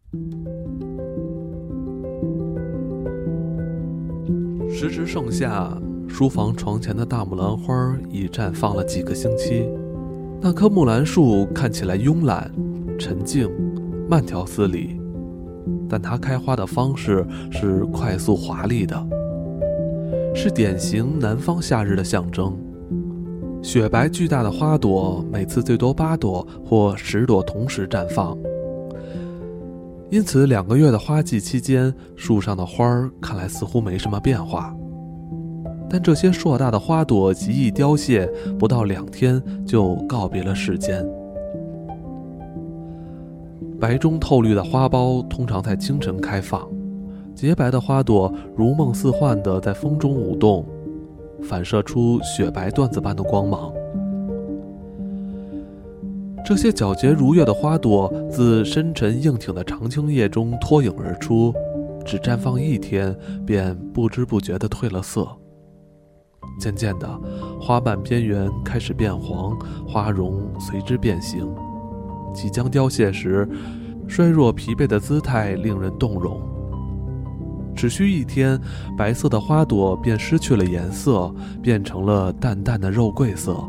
时值盛夏，书房床前的大木兰花已绽放了几个星期。那棵木兰树看起来慵懒、沉静、慢条斯理，但它开花的方式是快速华丽的，是典型南方夏日的象征。雪白巨大的花朵，每次最多8朵或10朵同时绽放，因此2个月的花季期间，树上的花儿看来似乎没什么变化。但这些硕大的花朵极易凋谢，不到2天就告别了世间。白中透绿的花苞通常在清晨开放，洁白的花朵如梦似幻地在风中舞动，反射出雪白缎子般的光芒。这些皎洁如月的花朵自深沉硬挺的长青叶中脱颖而出，只绽放1天，便不知不觉地褪了色。渐渐的，花瓣边缘开始变黄，花容随之变形。即将凋谢时，衰弱疲惫的姿态令人动容。只需1天，白色的花朵便失去了颜色，变成了淡淡的肉桂色。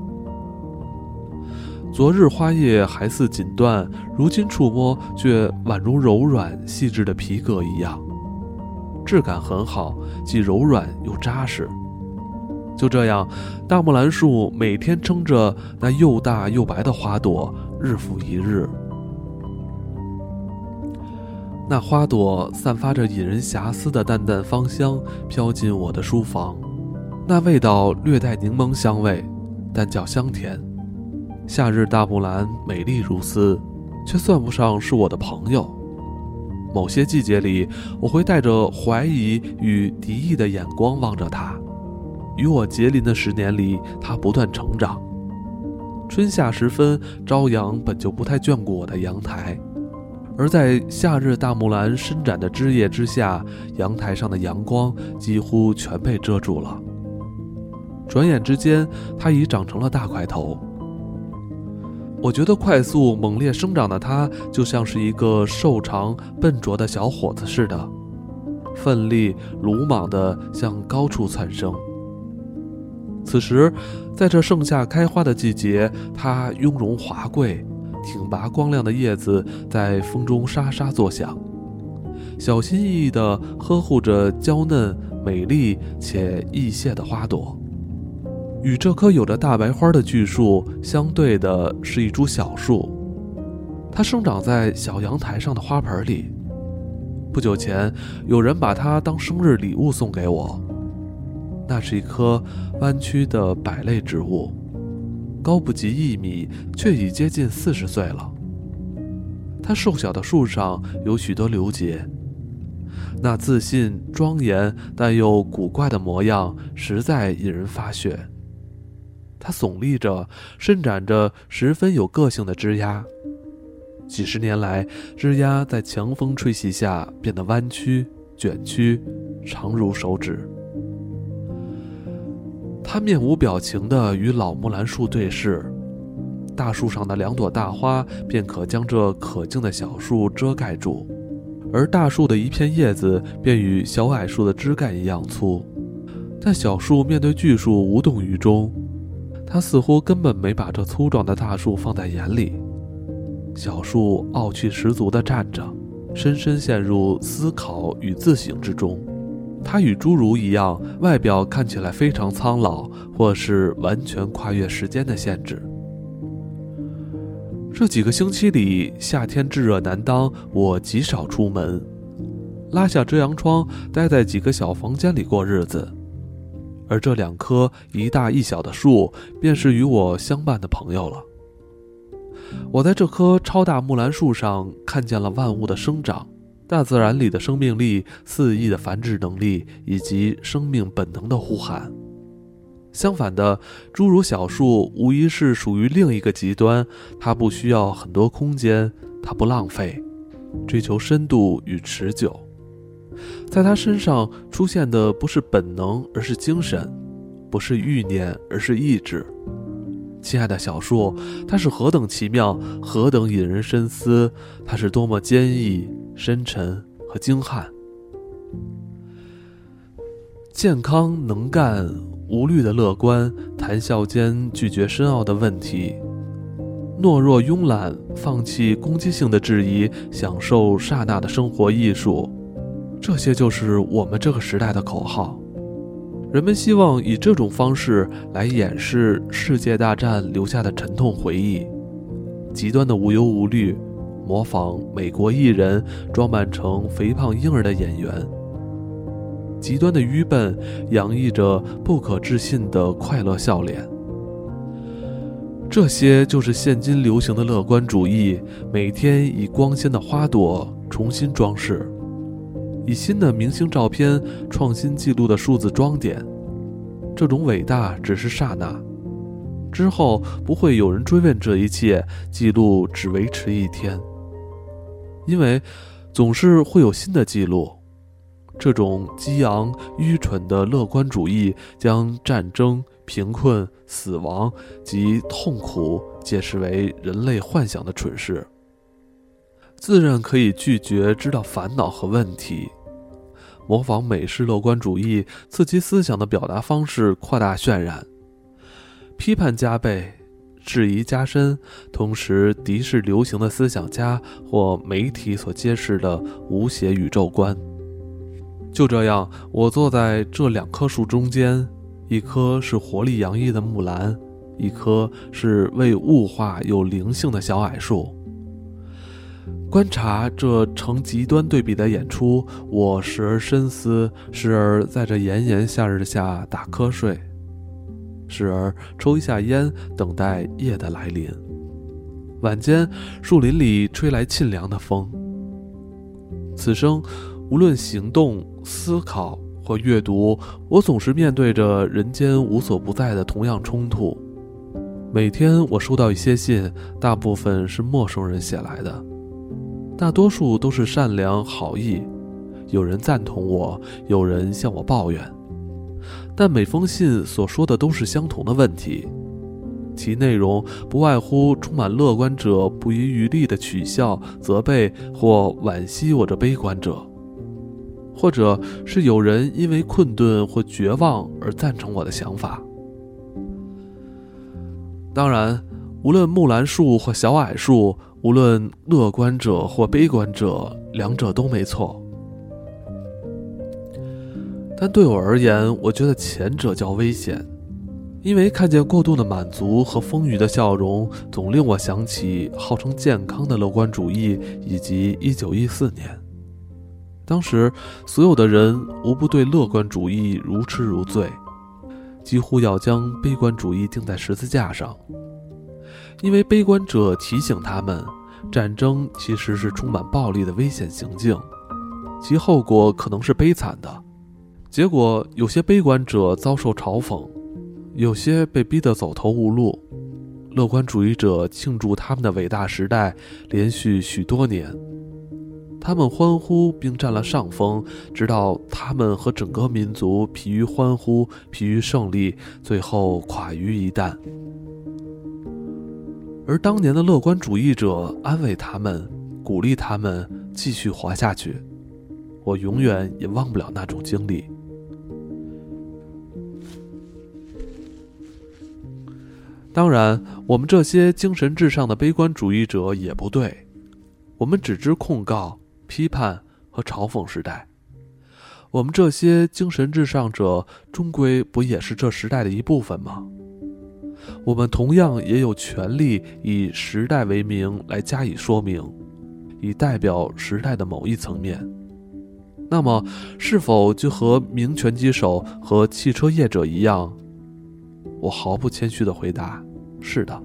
昨日花叶还似锦缎，如今触摸却宛如柔软细致的皮革一样，质感很好，既柔软又扎实。就这样，大木兰树每天撑着那又大又白的花朵，日复一日。那花朵散发着引人遐思的淡淡芳香，飘进我的书房。那味道略带柠檬香味，但较香甜。夏日大木兰美丽如斯，却算不上是我的朋友。某些季节里，我会带着怀疑与敌意的眼光望着它。与我结邻的10年里，它不断成长。春夏时分，朝阳本就不太眷顾我的阳台，而在夏日大木兰伸展的枝叶之下，阳台上的阳光几乎全被遮住了。转眼之间，它已长成了大块头。我觉得快速猛烈生长的它，就像是一个瘦长笨拙的小伙子似的，奋力鲁莽地向高处窜升。此时，在这盛夏开花的季节，它雍容华贵，挺拔光亮的叶子在风中沙沙作响，小心翼翼地呵护着娇嫩美丽且易谢的花朵。与这棵有着大白花的巨树相对的是一株小树，它生长在小阳台上的花盆里。不久前，有人把它当生日礼物送给我。那是一棵弯曲的柏类植物，高不及1米，却已接近40岁了。它瘦小的树上有许多瘤节，那自信庄严但又古怪的模样实在引人发血。它耸立着，伸展着十分有个性的枝桠。几十年来，枝桠在强风吹袭下变得弯曲、卷曲，长如手指。他面无表情地与老木兰树对视，大树上的2朵大花便可将这可敬的小树遮盖住，而大树的一片叶子便与小矮树的枝干一样粗。但小树面对巨树无动于衷，它似乎根本没把这粗壮的大树放在眼里。小树傲气十足地站着，深深陷入思考与自省之中。它与侏儒一样，外表看起来非常苍老，或是完全跨越时间的限制。这几个星期里，夏天炙热难当，我极少出门，拉下遮阳窗，待在几个小房间里过日子。而这2棵一大一小的树，便是与我相伴的朋友了。我在这棵超大木兰树上看见了万物的生长，大自然里的生命力、肆意的繁殖能力，以及生命本能的呼喊。相反的，诸如小树无疑是属于另一个极端，它不需要很多空间，它不浪费，追求深度与持久。在它身上出现的不是本能，而是精神；不是欲念，而是意志。亲爱的小树，它是何等奇妙，何等引人深思，它是多么坚毅， 深沉和惊撼。健康能干，无虑的乐观，谈笑间拒绝深奥的问题，懦弱慵懒，放弃攻击性的质疑，享受刹那的生活艺术，这些就是我们这个时代的口号。人们希望以这种方式来掩饰世界大战留下的沉痛回忆，极端的无忧无虑，模仿美国艺人装扮成肥胖婴儿的演员，极端的愚笨，洋溢着不可置信的快乐笑脸。这些就是现今流行的乐观主义，每天以光鲜的花朵重新装饰，以新的明星照片创新纪录的数字装点。这种伟大只是刹那，之后不会有人追问这一切，记录只维持一天，因为总是会有新的记录。这种激昂愚蠢的乐观主义将战争、贫困、死亡及痛苦解释为人类幻想的蠢事，自认可以拒绝知道烦恼和问题，模仿美式乐观主义刺激思想的表达方式扩大渲染，批判加倍，质疑加深，同时敌视流行的思想家或媒体所揭示的无邪宇宙观。就这样，我坐在这2棵树中间，一棵是活力洋溢的木兰，一棵是为物化有灵性的小矮树。观察这成极端对比的演出，我时而深思，时而在这炎炎夏日下打瞌睡，时而抽一下烟，等待夜的来临。晚间，树林里吹来沁凉的风。此生无论行动、思考或阅读，我总是面对着人间无所不在的同样冲突。每天我收到一些信，大部分是陌生人写来的，大多数都是善良好意，有人赞同我，有人向我抱怨，但每封信所说的都是相同的问题，其内容不外乎充满乐观者不遗余力地取笑、责备或惋惜我这悲观者，或者是有人因为困顿或绝望而赞成我的想法。当然，无论木兰树或小矮树，无论乐观者或悲观者，两者都没错。但对我而言，我觉得前者较危险，因为看见过度的满足和丰腴的笑容，总令我想起号称健康的乐观主义，以及1914年。当时所有的人无不对乐观主义如痴如醉，几乎要将悲观主义钉在十字架上，因为悲观者提醒他们，战争其实是充满暴力的危险行径，其后果可能是悲惨的。结果有些悲观者遭受嘲讽，有些被逼得走投无路，乐观主义者庆祝他们的伟大时代连续许多年，他们欢呼并占了上风，直到他们和整个民族疲于欢呼，疲于胜利，最后垮于一旦。而当年的乐观主义者安慰他们，鼓励他们继续活下去。我永远也忘不了那种经历。当然，我们这些精神至上的悲观主义者也不对，我们只知控告、批判和嘲讽时代。我们这些精神至上者终归不也是这时代的一部分吗？我们同样也有权利以时代为名来加以说明，以代表时代的某一层面。那么，是否就和名拳击手和汽车业者一样？我毫不谦虚地回答：是的。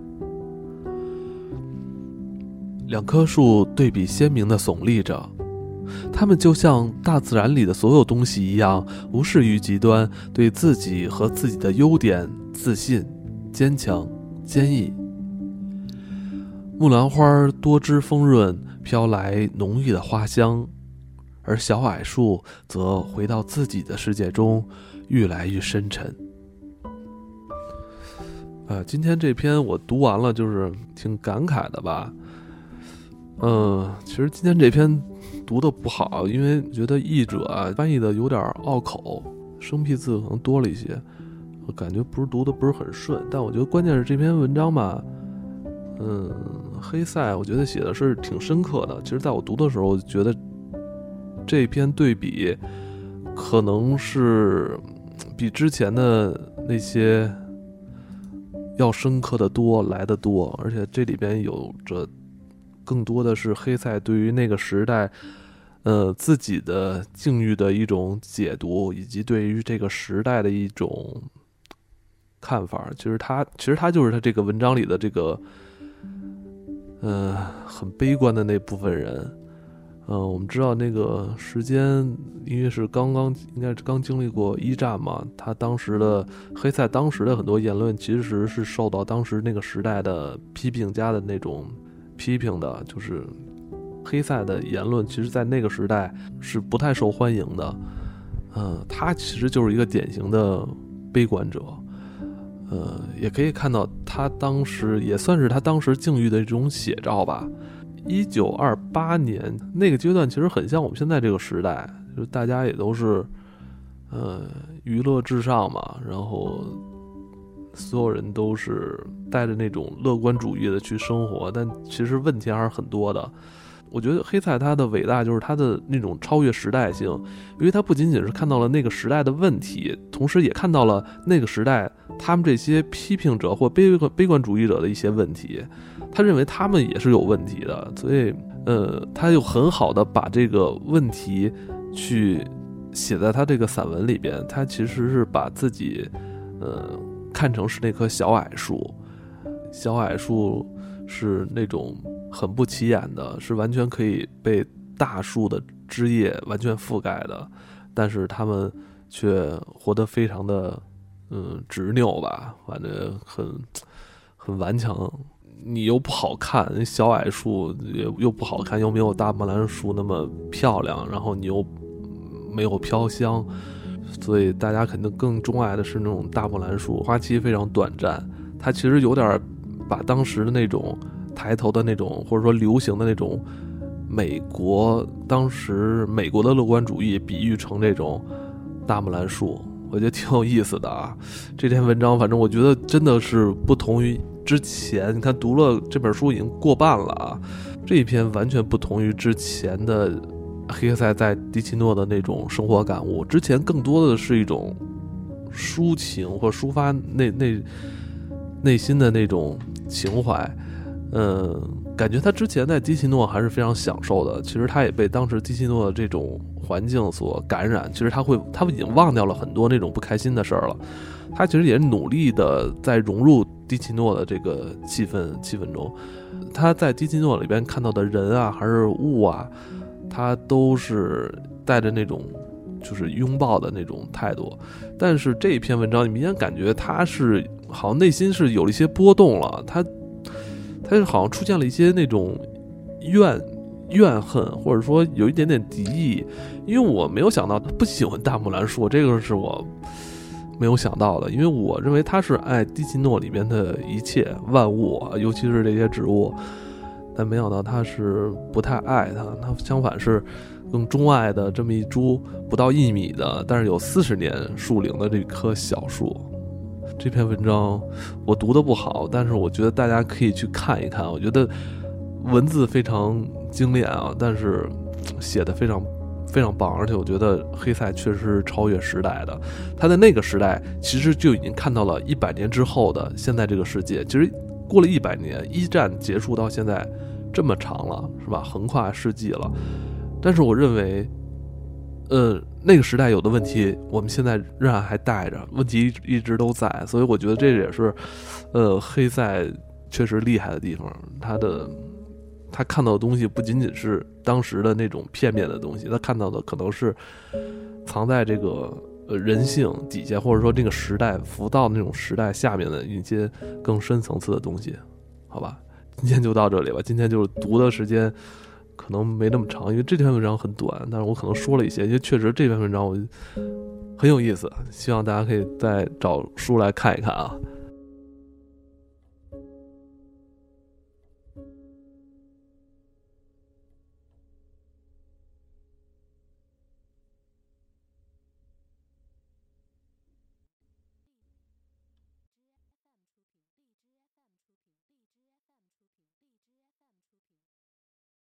两棵树对比鲜明地耸立着，它们就像大自然里的所有东西一样，无视于极端，对自己和自己的优点自信、坚强、坚毅。木兰花多汁丰润，飘来浓郁的花香，而小矮树则回到自己的世界中，愈来愈深沉。今天这篇我读完了，就是挺感慨的吧。其实今天这篇读的不好，因为觉得译者翻译的有点拗口，生僻字可能多了一些，我感觉读的不是很顺。但我觉得关键是这篇文章吧，黑塞我觉得写的是挺深刻的。其实在我读的时候，我觉得这篇对比可能是比之前的那些要深刻的多，来得多，而且这里边有着更多的是黑塞对于那个时代自己的境遇的一种解读，以及对于这个时代的一种看法。其实他就是他这个文章里的这个很悲观的那部分人。我们知道那个时间因为是应该是刚经历过一战嘛，他当时的黑塞当时的很多言论其实是受到当时那个时代的批评家的那种批评的，就是黑塞的言论其实在那个时代是不太受欢迎的。他其实就是一个典型的悲观者。也可以看到他当时也算是他当时境遇的一种写照吧。1928年那个阶段其实很像我们现在这个时代，就是大家也都是娱乐至上嘛，然后所有人都是带着那种乐观主义的去生活，但其实问题还是很多的。我觉得黑塞他的伟大就是他的那种超越时代性，因为他不仅仅是看到了那个时代的问题，同时也看到了那个时代他们这些批评者或悲观主义者的一些问题，他认为他们也是有问题的，所以他又很好的把这个问题去写在他这个散文里边。他其实是把自己看成是那棵小矮树，小矮树是那种很不起眼的，是完全可以被大树的枝叶完全覆盖的，但是他们却活得非常的执拗吧，反正很顽强。你又不好看，小矮树又不好看，又没有大木兰树那么漂亮，然后你又没有飘香，所以大家肯定更钟爱的是那种大木兰树，花期非常短暂。它其实有点把当时的那种抬头的那种，或者说流行的那种当时美国的乐观主义比喻成这种大木兰树，我觉得挺有意思的啊。这篇文章反正我觉得真的是不同于之前，你看读了这本书已经过半了啊，这一篇完全不同于之前的黑塞在迪奇诺的那种生活感悟，之前更多的是一种抒情或抒发内心的那种情怀。感觉他之前在迪奇诺还是非常享受的，其实他也被当时迪奇诺的这种环境所感染，其实他已经忘掉了很多那种不开心的事儿了，他其实也努力的在融入迪奇诺的这个气氛中。他在迪奇诺里边看到的人啊还是物啊，他都是带着那种就是拥抱的那种态度。但是这篇文章你明显感觉他是好像内心是有了一些波动了，他好像出现了一些那种怨恨，或者说有一点点敌意。因为我没有想到他不喜欢大木兰树，这个是我没有想到的，因为我认为他是爱迪奇诺里面的一切万物，尤其是这些植物，但没想到他是不太爱他相反是更钟爱的这么一株不到1米的但是有40年树龄的这棵小树。这篇文章我读得不好，但是我觉得大家可以去看一看，我觉得文字非常精炼啊，但是写得非常非常棒，而且我觉得黑塞确实是超越时代的。他在那个时代其实就已经看到了100年之后的现在这个世界，其实过了100年，一战结束到现在这么长了，是吧？横跨世纪了。但是我认为那个时代有的问题我们现在仍然还带着，问题一直都在，所以我觉得这也是黑塞确实厉害的地方。他看到的东西不仅仅是当时的那种片面的东西，他看到的可能是藏在这个人性底下，或者说这个时代浮到那种时代下面的一些更深层次的东西。好吧，今天就到这里吧。今天就是读的时间可能没那么长，因为这篇文章很短，但是我可能说了一些，因为确实这篇文章我很有意思，希望大家可以再找书来看一看啊。